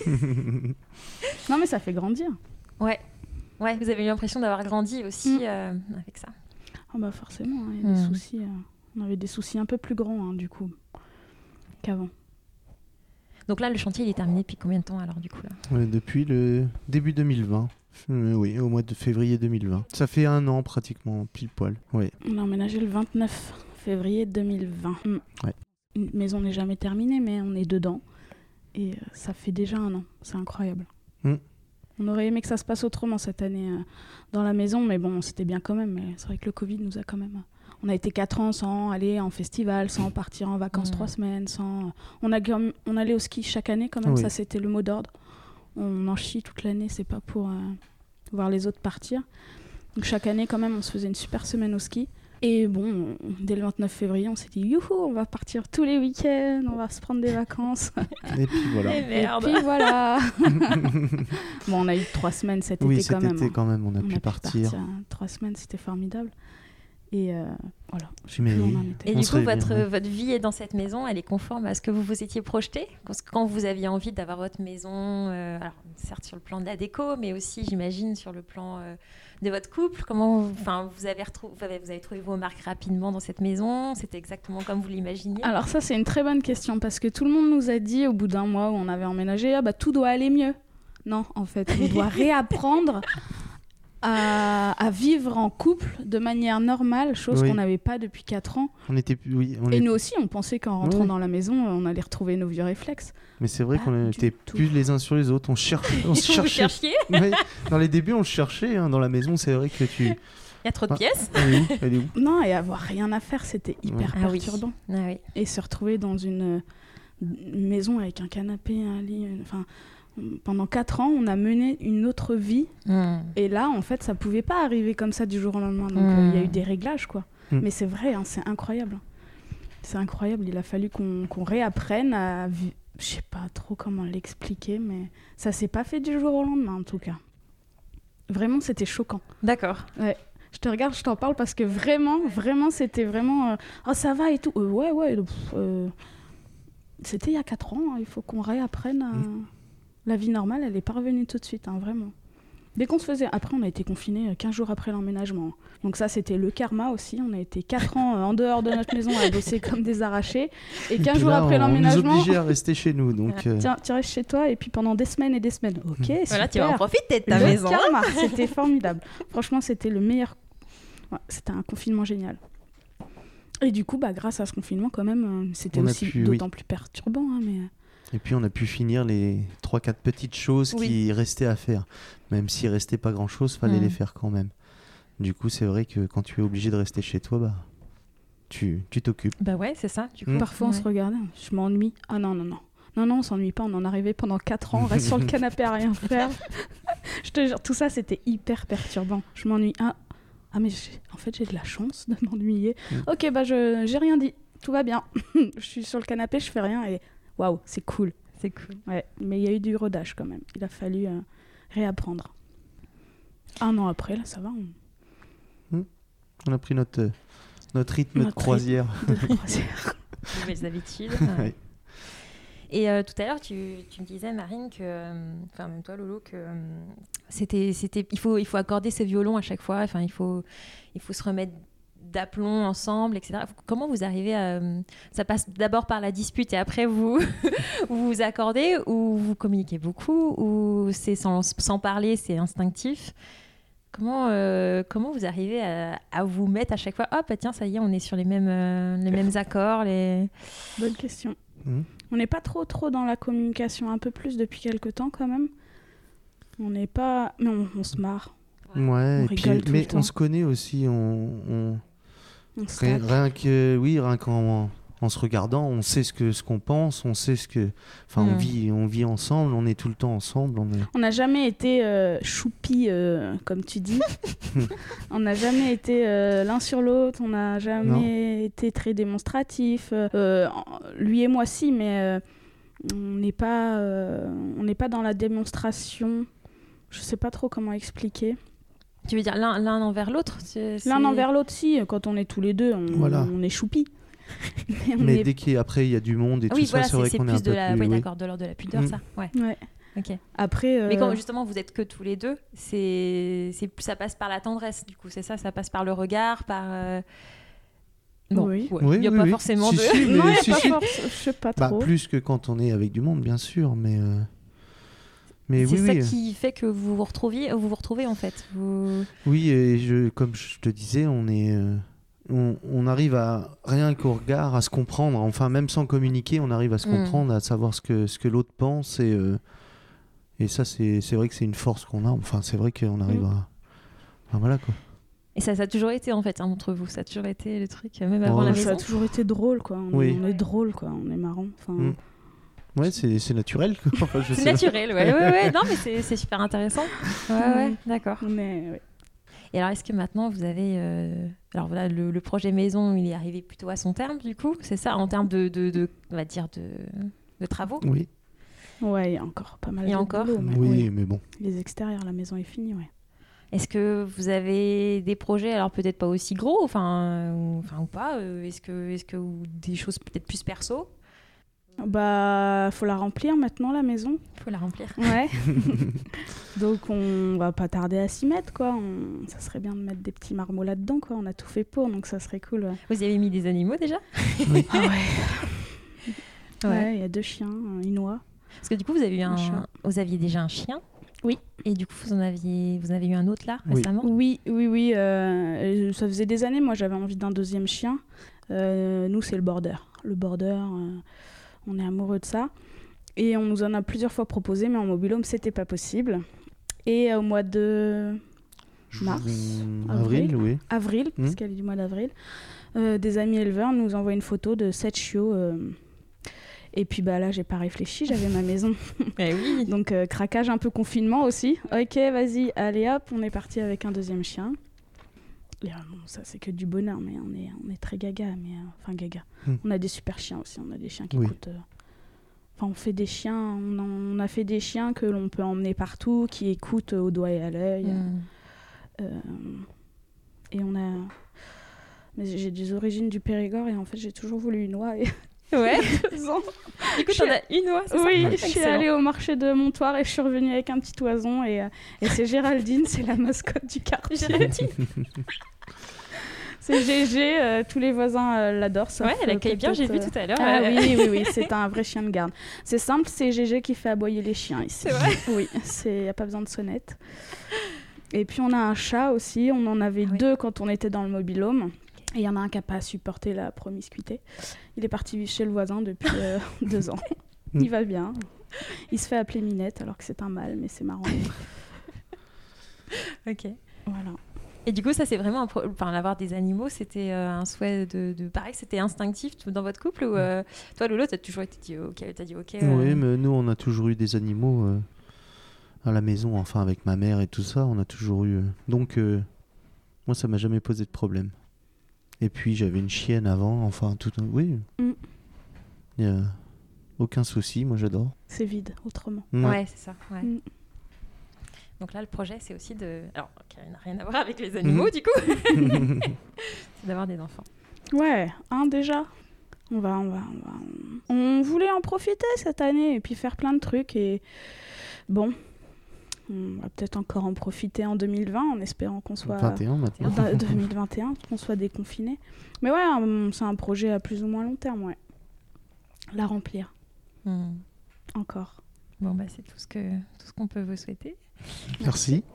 Non, mais ça fait grandir. Ouais. Ouais, vous avez eu l'impression d'avoir grandi aussi Mm. euh, avec ça. Ah bah forcément, il hein, y a Mm. des soucis. Euh... On avait des soucis un peu plus grands, hein, du coup, qu'avant. Donc là, le chantier, il est terminé depuis combien de temps alors du coup là ? Ouais, depuis le début deux mille vingt. Euh, oui, au mois de février deux mille vingt. Ça fait un an pratiquement, pile poil. Ouais. On a emménagé le vingt-neuf février deux mille vingt. Mm. Ouais. Une maison n'est jamais terminée, mais on est dedans. Et euh, ça fait déjà un an. C'est incroyable. Mm. On aurait aimé que ça se passe autrement cette année euh, dans la maison, mais bon, c'était bien quand même. Mais c'est vrai que le Covid nous a quand même... On a été quatre ans sans aller en festival, sans partir en vacances Mmh. trois semaines, sans... On, a... on allait au ski chaque année quand même, Oui. ça c'était le mot d'ordre. On en chie toute l'année, c'est pas pour euh, voir les autres partir. Donc chaque année quand même, on se faisait une super semaine au ski. Et bon, on... dès le vingt-neuf février, on s'est dit « Youhou, on va partir tous les week-ends, on va se prendre des vacances. » Et puis voilà. Eh Et merde. puis voilà. Bon, on a eu trois semaines cet Oui, été cet quand même. été hein. quand même, on a On pu a pu partir. partir. Trois semaines, c'était formidable. Et euh, voilà, je sais Mais plus où oui. on en était. Et On du serait coup, votre, bien, ouais. votre vie est dans cette maison, elle est conforme à ce que vous vous étiez projeté ? Parce que quand vous aviez envie d'avoir votre maison, euh, alors certes sur le plan de la déco, mais aussi, j'imagine, sur le plan euh, de votre couple, comment vous, enfin, vous, avez retrou- vous, avez, vous avez trouvé vos marques rapidement dans cette maison ? C'était exactement comme vous l'imaginiez ? Alors ça, c'est une très bonne question, parce que tout le monde nous a dit, au bout d'un mois où on avait emménagé, ah bah tout doit aller mieux. Non, en fait, on doit réapprendre à, à vivre en couple de manière normale, chose Oui. qu'on n'avait pas depuis quatre ans. On était, oui, on Et est- nous aussi, on pensait qu'en rentrant Oui. dans la maison, on allait retrouver nos vieux réflexes. Mais c'est vrai Pas qu'on du était tout. plus les uns sur les autres. On cherchait. On se Vous cherchait. cherchiez ? Ouais, dans les débuts, on le cherchait. Hein. Dans la maison, c'est vrai que tu. Il y a trop de Ah. pièces ? Elle est où Elle est où Non, et avoir rien à faire, c'était hyper Ah oui. perturbant. Ah oui. Et se retrouver dans une, une maison avec un canapé, un lit, une- enfin... Pendant quatre ans, on a mené une autre vie. Mmh. Et là, en fait, ça pouvait pas arriver comme ça du jour au lendemain. Donc, il Mm. y a eu des réglages, quoi. Mm. Mais c'est vrai, hein, c'est incroyable. C'est incroyable. Il a fallu qu'on qu'on réapprenne à... vi- Je sais pas trop comment l'expliquer, mais ça s'est pas fait du jour au lendemain, en tout cas. Vraiment, c'était choquant. D'accord. Je te regarde, je t'en parle parce que vraiment, vraiment, c'était vraiment... euh, Oh, ça va et tout. Euh, ouais, ouais. pff, euh, C'était il y a quatre ans. Hein, il faut qu'on réapprenne à... Mm. La vie normale, elle n'est pas revenue tout de suite, hein, vraiment. Dès qu'on se faisait... Après, on a été confinés quinze jours après l'emménagement. Donc ça, c'était le karma aussi. On a été quatre ans euh, en dehors de notre maison à bosser comme des arrachés. Et Et quinze puis jours là, après on- l'emménagement... On nous obligeait à rester chez nous. Donc, euh, Tiens, tu restes chez toi et puis pendant des semaines et des semaines. Ok, super. Voilà, tu vas en profiter de ta le maison. karma, c'était formidable. Franchement, c'était le meilleur... Ouais, c'était un confinement génial. Et du coup, bah, grâce à ce confinement, quand même, euh, c'était On a aussi pu, d'autant plus perturbant. Hein, mais... Et puis on a pu finir les trois quatre petites choses Oui. qui restaient à faire. Même s'il restait pas grand-chose, fallait Mm. les faire quand même. Du coup, c'est vrai que quand tu es obligé de rester chez toi, bah, tu tu t'occupes. Bah ouais, c'est ça, du coup. Mm. Parfois, on Ouais. se regardait, je m'ennuie. Ah non, non, non. Non, non, on s'ennuie pas, on en arrivait pendant quatre ans, on reste sur le canapé à rien faire. Je te jure, tout ça, c'était hyper perturbant. Je m'ennuie. Ah, ah mais j'ai... en fait, j'ai de la chance de m'ennuyer. Mm. Ok, bah, je... j'ai rien dit, tout va bien. Je suis sur le canapé, je fais rien et waouh, c'est cool. C'est cool. Ouais, mais il y a eu du rodage quand même. Il a fallu euh, réapprendre. Un an après, là, ça va. On, mm. on a pris notre, notre rythme notre de croisière. Rythme de croisière. Nouvelles habitudes. Ouais. Et euh, tout à l'heure, tu, tu me disais, Marine, que, enfin même toi, Lolo, que euh, c'était, c'était, il faut, il faut accorder ses violons à chaque fois. Enfin, il faut, il faut se remettre d'aplomb ensemble, et cetera. Comment vous arrivez à, ça passe d'abord par la dispute et après vous, vous vous accordez, ou vous communiquez beaucoup, ou c'est sans, sans parler, c'est instinctif. Comment, euh, comment vous arrivez à, à vous mettre à chaque fois, hop, tiens, ça y est, on est sur les mêmes, euh, les mêmes accords, les... Bonne question. Mmh. On n'est pas trop trop dans la communication, un peu plus depuis quelques temps quand même. On n'est pas... Mais on, on se marre. Ouais, on et puis, rigole tout mais le temps. on se connaît aussi, on... on... on se rien, tape. rien que... Oui, rien qu'en en se regardant, on sait ce que ce qu'on pense, on sait ce que... Enfin, Mm. on, vit, on vit ensemble, on est tout le temps ensemble. On est... On n'a jamais été euh, choupis, euh, comme tu dis. On n'a jamais été euh, l'un sur l'autre, on n'a jamais Non. été très démonstratifs. Euh, lui et moi, si, mais euh, on n'est pas, euh, on n'est pas dans la démonstration. Je sais pas trop comment expliquer. Tu veux dire l'un, l'un envers l'autre c'est, c'est... L'un envers l'autre, si. Quand on est tous les deux, on, Voilà. on est choupis. mais on Mais est... dès qu'après il y a du monde et Ah tout oui, ça, voilà, c'est c'est, vrai c'est qu'on est plus un de peu la... plus... Oui, oui. d'accord, de l'ordre de la pudeur, Mm. ça. Ouais. Ouais. Ok. Après, euh, Mais quand justement vous êtes que tous les deux, c'est, c'est ça passe par la tendresse. Du coup, c'est ça, ça passe par le regard, par. Euh... Non, Oui. ouais. Oui, il n'y a oui, pas oui. forcément Si, de. si, mais non, y a si, pas si. force- je sais pas Bah, trop. plus que quand on est avec du monde, bien sûr, mais... euh, Mais c'est oui, ça oui. qui fait que vous vous retrouviez, vous vous retrouvez en fait. Vous... Oui, et je, comme je te disais, on est, euh, on, on arrive à rien qu'au regard à se comprendre. Enfin, même sans communiquer, on arrive à se Mm. comprendre, à savoir ce que ce que l'autre pense, et euh, et ça, c'est c'est vrai que c'est une force qu'on a. Enfin, c'est vrai qu'on arrive Mm. à, enfin, voilà quoi. Et ça, ça a toujours été en fait hein, entre vous. Ça a toujours été le truc, même avant Ouais, la ouais. Ça maison. a toujours été drôle, quoi. On, Oui. on est drôle, quoi. On est marrant. Enfin, Mm. Ouais, c'est c'est naturel. Quoi. Enfin, je C'est sais. naturel, ouais, ouais, ouais. Non, mais c'est, c'est super intéressant. Ouais, ouais, Mm. d'accord. on est... ouais. Et alors, est-ce que maintenant vous avez, euh... alors voilà, le, le projet maison, il est arrivé plutôt à son terme du coup, c'est ça, en termes de, de, de, on va dire de, de travaux. Oui, Ouais, il y a encore pas mal Il y a de encore boulot, mais oui, oui. mais bon. Les extérieurs, la maison est finie, ouais. Est-ce que vous avez des projets, alors peut-être pas aussi gros, enfin, ou, enfin ou pas, euh, est-ce que, est-ce que ou des choses peut-être plus perso, Bah, faut la remplir maintenant, la maison. faut la remplir. Ouais. Donc, on va pas tarder à s'y mettre, quoi. On... Ça serait bien de mettre des petits marmots là-dedans, quoi. On a tout fait pour, donc ça serait cool. Ouais, Vous y avez mis des animaux déjà? Oui. ah ouais. Ouais, il y a deux chiens, une oie. Parce que du coup, vous avez eu un, Un chat. vous aviez déjà un chien. Oui. Et du coup, vous en aviez, vous en avez eu un autre là Oui. récemment. Oui, oui, oui. euh, ça faisait des années, moi, j'avais envie d'un deuxième chien. Euh, nous, c'est le border. Le border, euh, on est amoureux de ça. Et on nous en a plusieurs fois proposé, mais en mobil-home, c'était pas possible. Et au mois de mars, Mm, avril. avril, oui. avril, Mm. parce qu'elle est du mois d'avril, euh, des amis éleveurs nous envoient une photo de sept chiots. euh, et puis bah là, j'ai pas réfléchi, j'avais ma maison. Eh oui. Donc euh, craquage, un peu confinement aussi. Ok, vas-y, allez hop, on est parti avec un deuxième chien. Et, euh, bon, ça c'est que du bonheur, mais on est, on est très gaga, mais euh, enfin gaga. Mm. On a des super chiens aussi, on a des chiens qui Oui. coûtent. euh, Enfin, on fait des chiens, on, en- on a fait des chiens que l'on peut emmener partout, qui écoutent au doigt et à l'œil. Mm. Euh, et on a. Mais j'ai des origines du Périgord et en fait j'ai toujours voulu une oie. Et Ouais. deux ans. Du coup, Je t'en suis- as une oie, c'est ça? Oui, je Excellent. suis allée au marché de Montoire et je suis revenue avec un petit oison et, euh, et c'est Géraldine, c'est la mascotte du quartier. Géraldine. C'est Gégé, euh, tous les voisins euh, l'adorent. sauf, Ouais, elle euh, accueille bien, j'ai vu peut-être, tout à l'heure. Ah euh, oui, oui, oui, c'est un vrai chien de garde. C'est simple, c'est Gégé qui fait aboyer les chiens ici. C'est vrai? Oui, il n'y a pas besoin de sonnette. Et puis on a un chat aussi, on en avait Ah oui. deux quand on était dans le mobil-home. Et il y en a un qui n'a pas supporté la promiscuité. Il est parti vivre chez le voisin depuis euh, deux ans. Il va bien. Il se fait appeler Minette alors que c'est un mâle, mais c'est marrant. Ok. Voilà. Et du coup, ça, c'est vraiment... Un pro... Enfin, avoir des animaux, c'était euh, un souhait de, de... Pareil, c'était instinctif dans votre couple ou euh... toi, Lolo, t'as toujours été dit OK, t'as dit OK euh... Oui, mais nous, on a toujours eu des animaux euh, à la maison, enfin, avec ma mère et tout ça, on a toujours eu... Euh... Donc, euh, moi, ça m'a jamais posé de problème. Et puis, j'avais une chienne avant, enfin, tout... Oui. Il mm. n'y a aucun souci, moi, j'adore. C'est vide, autrement. Ouais, ouais c'est ça, ouais. Mm. Donc là, le projet, c'est aussi de... Alors, qui n'a rien à voir avec les animaux, mmh. du coup. C'est d'avoir des enfants. Ouais, hein, déjà. On va, on va, on va... On voulait en profiter cette année et puis faire plein de trucs. Et bon, on va peut-être encore en profiter en deux mille vingt en espérant qu'on soit... vingt et un maintenant. deux mille vingt et un, qu'on soit déconfiné. Mais ouais, c'est un projet à plus ou moins long terme, ouais. La remplir. Mmh. Encore. Bon, bah, c'est tout ce, que, tout ce qu'on peut vous souhaiter. Merci.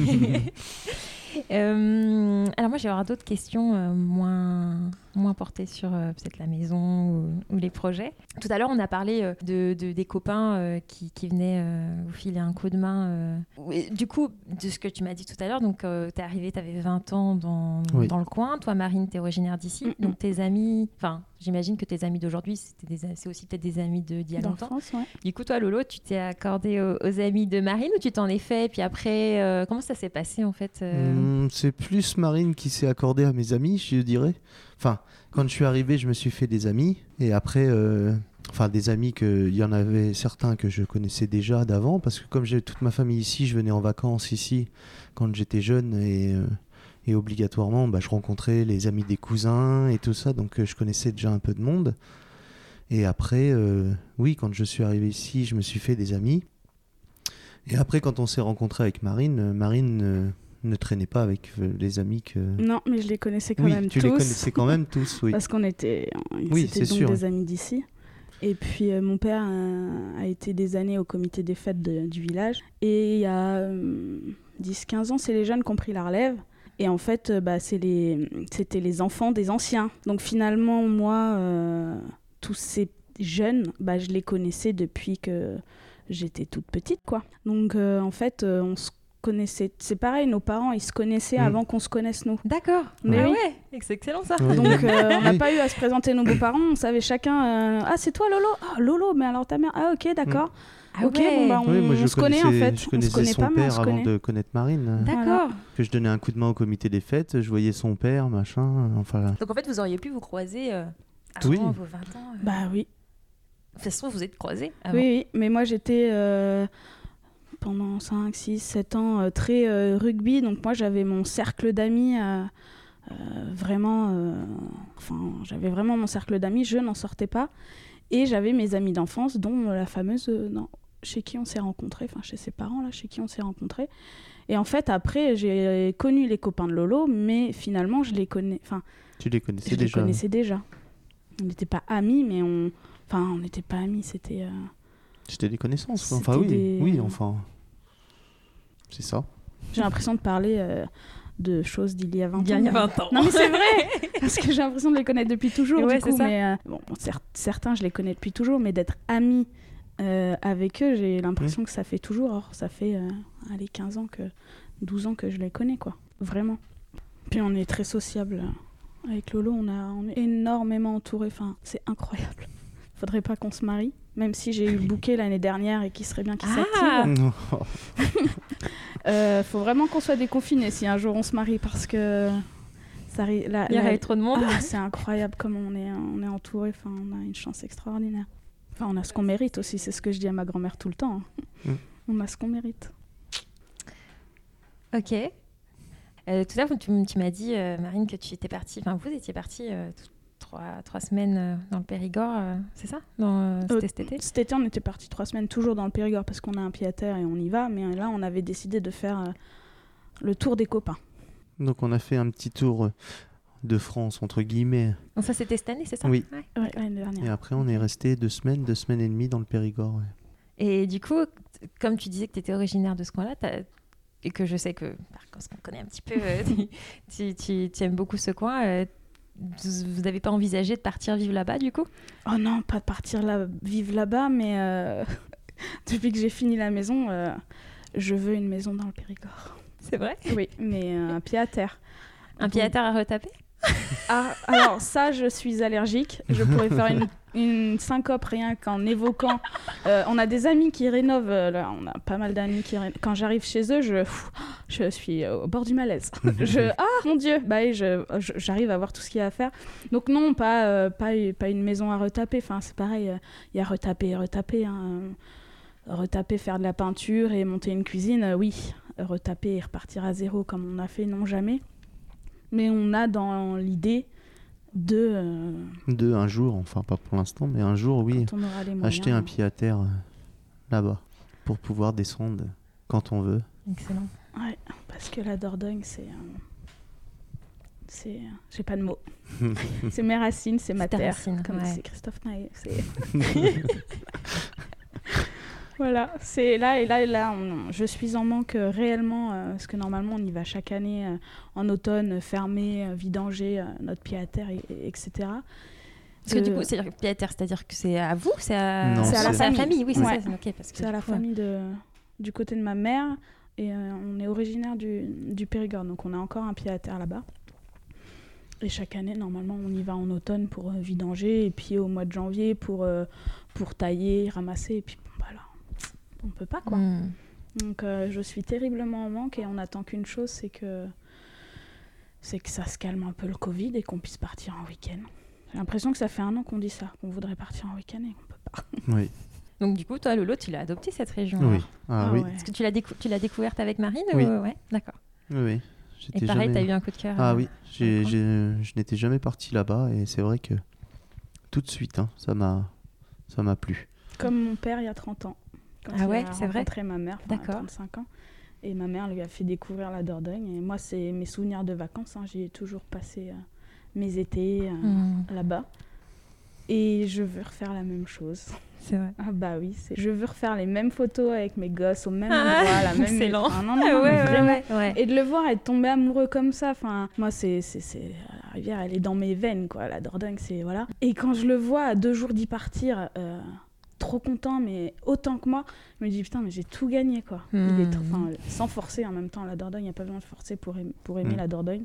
euh, alors moi, j'ai avoir d'autres questions euh, moins, moins portées sur euh, peut-être la maison ou, ou les projets. Tout à l'heure, on a parlé euh, de, de, des copains euh, qui, qui venaient euh, vous filer un coup de main. Euh. Du coup, de ce que tu m'as dit tout à l'heure, donc euh, t'es arrivée, t'avais vingt ans dans, oui. dans le coin. Toi, Marine, t'es originaire d'ici. Mm-hmm. Donc tes amis... Enfin, j'imagine que tes amis d'aujourd'hui, c'était des, c'est aussi peut-être des amis de, d'il y a longtemps. France, ouais. Du coup, toi, Lolo, tu t'es accordé aux, aux amis de Marine ou tu t'en es fait? Puis après, euh, comment ça s'est passé en fait euh... mmh, C'est plus Marine qui s'est accordée à mes amis, je dirais. Enfin, quand je suis arrivé, je me suis fait des amis. Et après, euh, enfin, des amis, il y en avait certains que je connaissais déjà d'avant. Parce que comme j'ai toute ma famille ici, je venais en vacances ici quand j'étais jeune. Et, euh, et obligatoirement, bah, je rencontrais les amis des cousins et tout ça. Donc, euh, je connaissais déjà un peu de monde. Et après, euh, oui, quand je suis arrivé ici, je me suis fait des amis. Et après, quand on s'est rencontrés avec Marine, Marine euh, ne traînait pas avec euh, les amis que... Non, mais je les connaissais quand oui, même tu tous. les connaissais quand même tous, oui. Parce qu'on était, oui, c'était donc sûr. des amis d'ici. Et puis, euh, mon père a, a été des années au comité des fêtes de, du village. Et il y a euh, dix quinze ans, c'est les jeunes qui ont pris la relève. Et en fait, euh, bah, c'est les, c'était les enfants des anciens. Donc finalement, moi, euh, tous ces jeunes, bah, je les connaissais depuis que... j'étais toute petite, quoi. Donc, euh, en fait, euh, on se connaissait... C'est pareil, nos parents, ils se connaissaient mmh. avant qu'on se connaisse, nous. D'accord. Mais ah oui. ouais, c'est excellent, ça. Oui. Donc, euh, on n'a oui. pas eu à se présenter nos beaux-parents. On savait chacun... Euh, ah, c'est toi, Lolo? Ah, Lolo, mais alors ta mère... Ah, ok, d'accord. Mmh. Ah, ok, ouais. bon, bah, on, oui, moi, on se connaît, en fait. Je connaissais on se son pas, père on avant connaît. de connaître Marine. D'accord. Voilà. Que je donnais un coup de main au comité des fêtes. Je voyais son père, machin, enfin... Donc, en fait, vous auriez pu vous croiser euh, avant oui. vos vingt ans euh... Bah, oui. De toute façon, vous êtes croisés avant. Oui, oui, mais moi j'étais euh, pendant cinq, six, sept ans euh, très euh, rugby, donc moi j'avais mon cercle d'amis, euh, euh, vraiment, euh, enfin j'avais vraiment mon cercle d'amis, je n'en sortais pas, et j'avais mes amis d'enfance, dont la fameuse, euh, non, chez qui on s'est rencontrés, enfin chez ses parents là, chez qui on s'est rencontrés, et en fait après j'ai connu les copains de Lolo, mais finalement je les connais, enfin, tu les connaissais je déjà. les connaissais déjà. On n'était pas amis, mais on Enfin, on n'était pas amis, c'était... Euh... C'était des connaissances, c'était enfin oui, des... oui, enfin... C'est ça. J'ai l'impression de parler euh, de choses d'il y a vingt ans. Il y a vingt ans. Non, mais c'est vrai. Parce que j'ai l'impression de les connaître depuis toujours, ouais, du coup. C'est ça. Mais, euh, bon, cer- certains, je les connais depuis toujours, mais d'être amie euh, avec eux, j'ai l'impression mmh. que ça fait toujours... Or, ça fait, euh, allez, quinze ans, que, douze ans que je les connais, quoi. Vraiment. Puis on est très sociables. Avec Lolo, on, a, on est énormément entourés. Enfin, c'est incroyable. Faudrait pas qu'on se marie, même si j'ai eu le bouquet l'année dernière et qu'il serait bien qu'il ah s'active. euh, faut vraiment qu'on soit déconfinés si un jour on se marie, parce que ça ri- la, il y aurait la... trop de monde. Ah, c'est incroyable comment on est, on est entouré. Enfin, on a une chance extraordinaire. Enfin, on a ce qu'on mérite aussi. C'est ce que je dis à ma grand-mère tout le temps. Hein. Mm. On a ce qu'on mérite. Ok. Euh, tout à l'heure, tu, tu m'as dit, euh, Marine, que tu étais partie. Enfin, vous étiez partie. Euh, tout... Trois, trois semaines euh, dans le Périgord, euh, c'est ça dans, euh, C'était euh, cet été Cet été, on était partis trois semaines toujours dans le Périgord parce qu'on a un pied à terre et on y va. Mais là, on avait décidé de faire euh, le tour des copains. Donc, on a fait un petit tour de France, entre guillemets. Donc ça, c'était cette année, c'est ça? Oui. Ouais, ouais, l'année dernière. Et après, on est resté deux semaines, deux semaines et demie dans le Périgord. Ouais. Et du coup, t- comme tu disais que tu étais originaire de ce coin-là, et que je sais que, parce qu'on connaît un petit peu, euh, tu, tu, tu aimes beaucoup ce coin, euh, vous n'avez pas envisagé de partir vivre là-bas, du coup? Oh non, pas de partir là, vivre là-bas, mais euh, depuis que j'ai fini la maison, euh, je veux une maison dans le Périgord. C'est vrai? Oui, mais euh, un pied à terre. Un pied à terre à retaper? Ah, alors ça, je suis allergique. Je pourrais faire une, une syncope rien qu'en évoquant. Euh, on a des amis qui rénovent. Euh, là, on a pas mal d'amis qui rénovent. Quand j'arrive chez eux, je, pff, je suis au bord du malaise. je, ah mon Dieu, bah, et je, je, j'arrive à voir tout ce qu'il y a à faire. Donc non, pas, euh, pas, pas une maison à retaper. Enfin, c'est pareil. Il euh, y a retaper, retaper. Hein. Retaper, faire de la peinture et monter une cuisine, euh, oui. Retaper et repartir à zéro comme on a fait, non jamais. Mais on a dans l'idée de... Euh, de un jour, enfin pas pour l'instant, mais un jour, oui, on aura les moyens, acheter un pied à terre euh, là-bas pour pouvoir descendre quand on veut. Excellent. Ouais, parce que la Dordogne, c'est... Euh, c'est euh, j'ai pas de mots. C'est mes racines, c'est ma c'est terre. Racine, comme ouais. c'est Christophe Naé. C'est... Voilà, c'est là et là et là, on, je suis en manque euh, réellement, euh, parce que normalement on y va chaque année euh, en automne, fermer, euh, vidanger euh, notre pied à terre, et, et, etc. Parce que du coup, c'est pied à terre, c'est-à-dire que c'est à vous, c'est à, non, c'est à la c'est... famille. famille, oui, c'est ouais. ça. C'est, okay, parce que c'est à la coup, famille de, du côté de ma mère, et euh, on est originaire du, du Périgord, donc on a encore un pied à terre là-bas. Et chaque année, normalement, on y va en automne pour euh, vidanger, et puis au mois de janvier pour, euh, pour tailler, ramasser, et puis bon, bah là, on peut pas, quoi. Mm. Donc euh, je suis terriblement en manque, et on attend qu'une chose, c'est que, c'est que ça se calme un peu le Covid et qu'on puisse partir en week-end. J'ai l'impression que ça fait un an qu'on dit ça, qu'on voudrait partir en week-end et qu'on peut pas. Oui. Donc du coup, toi, Lolo, tu l'as adopté cette région. Oui. Alors. Ah, Ah oui. ouais. Est-ce que tu l'as, décou- tu l'as découverte avec Marine Oui. ou... Ouais, d'accord. Oui, oui. Et J'étais pareil, jamais... t'as eu un coup de cœur. Ah euh, oui, j'ai, d'accord. j'ai, je n'étais jamais parti là-bas et c'est vrai que tout de suite, hein, ça m'a, ça m'a plu. Comme mon père il y a trente ans. Quand Ah il ouais, a c'est vrai. rencontré ma mère, enfin, à D'accord. trente-cinq ans. Et ma mère lui a fait découvrir la Dordogne. Et moi, c'est mes souvenirs de vacances. Hein. J'ai toujours passé euh, mes étés euh, Mm. là-bas. Et je veux refaire la même chose. C'est vrai. Ah bah oui, c'est... je veux refaire les mêmes photos avec mes gosses au même Ah, endroit, la même... excellent. Enfin, non, non, Ah non, mais ouais, ouais, vraiment. ouais, ouais. Et de le voir être tombé amoureux comme ça, enfin, moi, c'est, c'est, c'est... la rivière, elle est dans mes veines, quoi. La Dordogne, c'est... Voilà. Et quand je le vois à deux jours d'y partir, euh, trop content, mais autant que moi, je me dis, putain, mais j'ai tout gagné, quoi. Mm. Il est trop... enfin, sans forcer, en même temps, la Dordogne, il n'y a pas besoin de forcer pour, aim... pour aimer Mm. la Dordogne.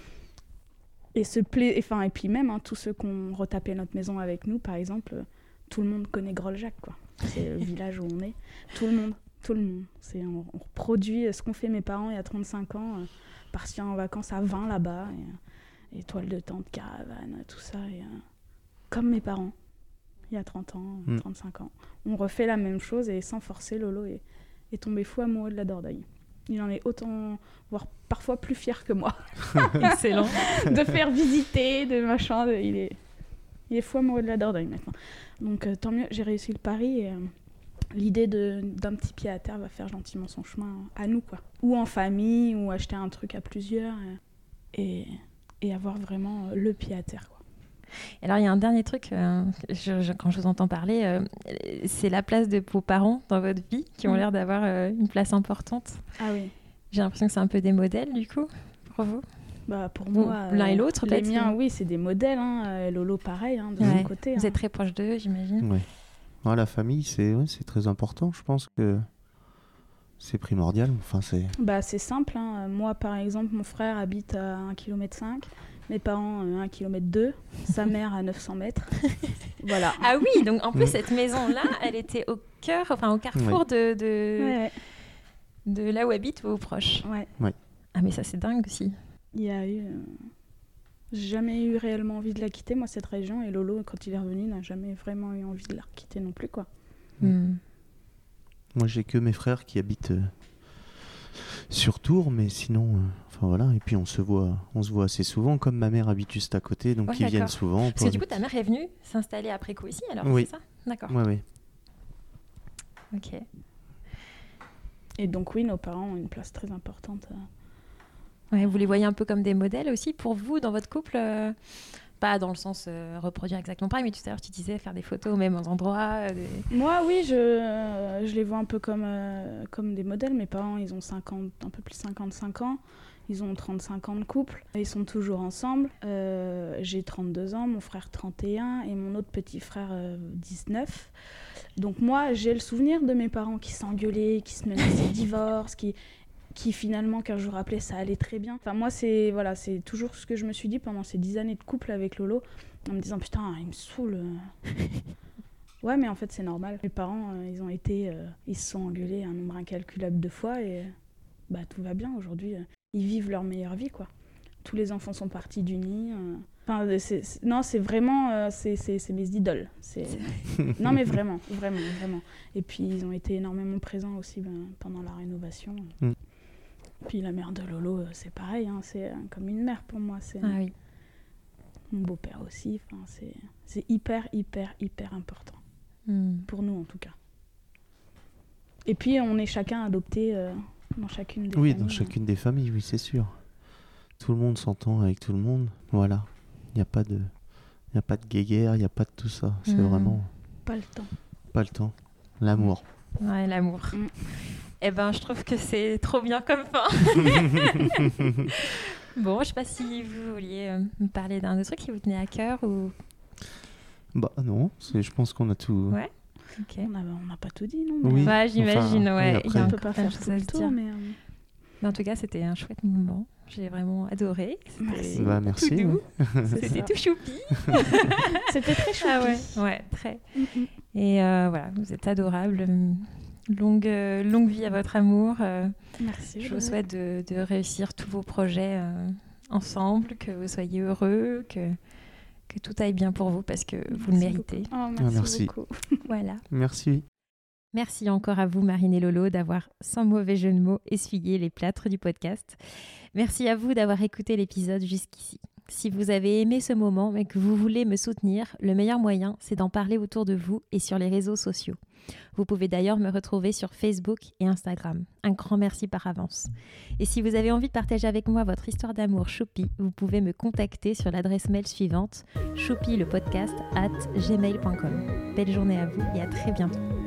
Et, ce pla... enfin, et puis même, hein, tous ceux qui ont retapé notre maison avec nous, par exemple, euh, tout le monde connaît Groljac, quoi. C'est le village où on est. Tout le monde, tout le monde. C'est, on, on reproduit ce qu'ont fait mes parents il y a trente-cinq ans, euh, partir en vacances à vingt là-bas, et, et toile de tente, caravane, tout ça. Et, euh, comme mes parents, il y a trente ans, Mm. trente-cinq ans. On refait la même chose et sans forcer, Lolo est, est tombé fou amoureux de la Dordogne. Il en est autant, voire parfois plus fier que moi. Excellent. De faire visiter, de machin. De, il, est, il est fou amoureux de la Dordogne maintenant. Donc euh, tant mieux, j'ai réussi le pari et euh, l'idée de, d'un petit pied à terre va faire gentiment son chemin à nous, quoi. Ou en famille, ou acheter un truc à plusieurs euh, et, et avoir vraiment euh, le pied à terre, quoi. Alors, il y a un dernier truc, euh, je, je, quand je vous entends parler, euh, c'est la place de vos parents dans votre vie qui ont Mm. l'air d'avoir euh, une place importante. Ah oui. J'ai l'impression que c'est un peu des modèles, du coup, pour vous. Bah, pour Ou moi, l'un et l'autre, les peut-être. miens, oui, c'est des modèles. Hein. Euh, Lolo, pareil, hein, de Ouais. son côté. Vous hein. êtes très proche d'eux, j'imagine. Ouais. Ouais, la famille, c'est, ouais, c'est très important. Je pense que c'est primordial. Enfin, c'est... Bah, c'est simple. Hein. Moi, par exemple, mon frère habite à un virgule cinq kilomètres. Mes parents, euh, un virgule deux kilomètres. Sa mère, à neuf cents mètres. Voilà. Ah oui, donc en plus, Mm. cette maison-là, elle était au cœur, enfin au carrefour de, de, Ouais, de là où habitent vos proches. ouais. Ah, mais ça, c'est dingue aussi. Il y a eu... euh, J'ai jamais eu réellement envie de la quitter, moi, cette région. Et Lolo, quand il est revenu, n'a jamais vraiment eu envie de la quitter non plus, quoi. Mm. Moi, j'ai que mes frères qui habitent euh, sur Tours, mais sinon, euh, enfin voilà. Et puis on se voit, on se voit assez souvent. Comme ma mère habite juste à côté, donc Ouais, ils viennent d'accord. souvent. Parce que du coup, ta mère est venue s'installer après coup ici, alors Oui. c'est ça? D'accord. Ouais, ouais. Ok. Et donc, oui, nos parents ont une place très importante. euh. Ouais, vous les voyez un peu comme des modèles aussi pour vous dans votre couple euh, pas dans le sens euh, reproduire exactement pareil, mais tout à l'heure tu disais faire des photos aux mêmes endroits. euh, des... Moi, oui, je, euh, je les vois un peu comme, euh, comme des modèles. Mes parents, ils ont cinquante, un peu plus de cinquante-cinq ans. Ils ont trente-cinq ans de couple. Ils sont toujours ensemble. Euh, j'ai trente-deux ans, mon frère trente et un et mon autre petit frère euh, dix-neuf. Donc moi, j'ai le souvenir de mes parents qui s'engueulaient, qui se menaçaient de divorce, qui, qui finalement, quinze jours après, ça allait très bien. Enfin, moi, c'est, voilà, c'est toujours ce que je me suis dit pendant ces dix années de couple avec Lolo, en me disant, putain, il me saoule. Ouais, mais en fait, c'est normal. Les parents, euh, ils ont été, euh, ils se sont engueulés un nombre incalculable de fois et bah, tout va bien aujourd'hui. Euh, ils vivent leur meilleure vie, quoi. Tous les enfants sont partis du nid. Euh... Enfin, c'est, c'est... Non, c'est vraiment, euh, c'est, c'est, c'est mes idoles. C'est... non, mais vraiment, vraiment, vraiment. Et puis, ils ont été énormément présents aussi ben, pendant la rénovation. Mm. Puis la mère de Lolo, c'est pareil, hein, c'est comme une mère pour moi. C'est... Ah oui. Mon beau-père aussi. Enfin, c'est, c'est hyper, hyper, hyper important. Mm. Pour nous, en tout cas. Et puis, on est chacun adopté euh, dans chacune des oui, familles. Oui, dans chacune des familles, oui, c'est sûr. Tout le monde s'entend avec tout le monde. Voilà. Il n'y a pas de... Il n'y a pas de guéguerre, il n'y a pas de tout ça. C'est mmh. vraiment... Pas le temps. Pas le temps. L'amour. Ouais, l'amour. Mmh. Eh ben, je trouve que c'est trop bien comme fin. Bon, je ne sais pas si vous vouliez euh, me parler d'un autre truc qui vous tenait à cœur ou... Bah non, c'est, je pense qu'on a tout... Ouais. Okay. On n'a on a pas tout dit, non mais... Oui. Ouais, j'imagine, enfin, ouais. Oui, il y a on ne peut pas faire tout le tour, mais... mais... En tout cas, c'était un chouette moment. J'ai vraiment adoré. C'était merci. Bah, merci. Tout doux. Ouais. C'était tout choupi. C'était très choupi. Ah ouais, ouais, très. Mm-hmm. Et euh, voilà, vous êtes adorables. Longue, euh, longue vie à votre amour. Euh, merci. Je vous souhaite de, de réussir tous vos projets euh, ensemble, que vous soyez heureux, que, que tout aille bien pour vous parce que merci vous le méritez. Oh, merci, ah, merci beaucoup. Voilà. Merci. Merci encore à vous, Marine et Lolo, d'avoir, sans mauvais jeu de mots, essuyé les plâtres du podcast. Merci à vous d'avoir écouté l'épisode jusqu'ici. Si vous avez aimé ce moment et que vous voulez me soutenir, le meilleur moyen, c'est d'en parler autour de vous et sur les réseaux sociaux. Vous pouvez d'ailleurs me retrouver sur Facebook et Instagram. Un grand merci par avance. Et si vous avez envie de partager avec moi votre histoire d'amour choupi, vous pouvez me contacter sur l'adresse mail suivante choupilepodcast arobase gmail point com. Belle journée à vous et à très bientôt.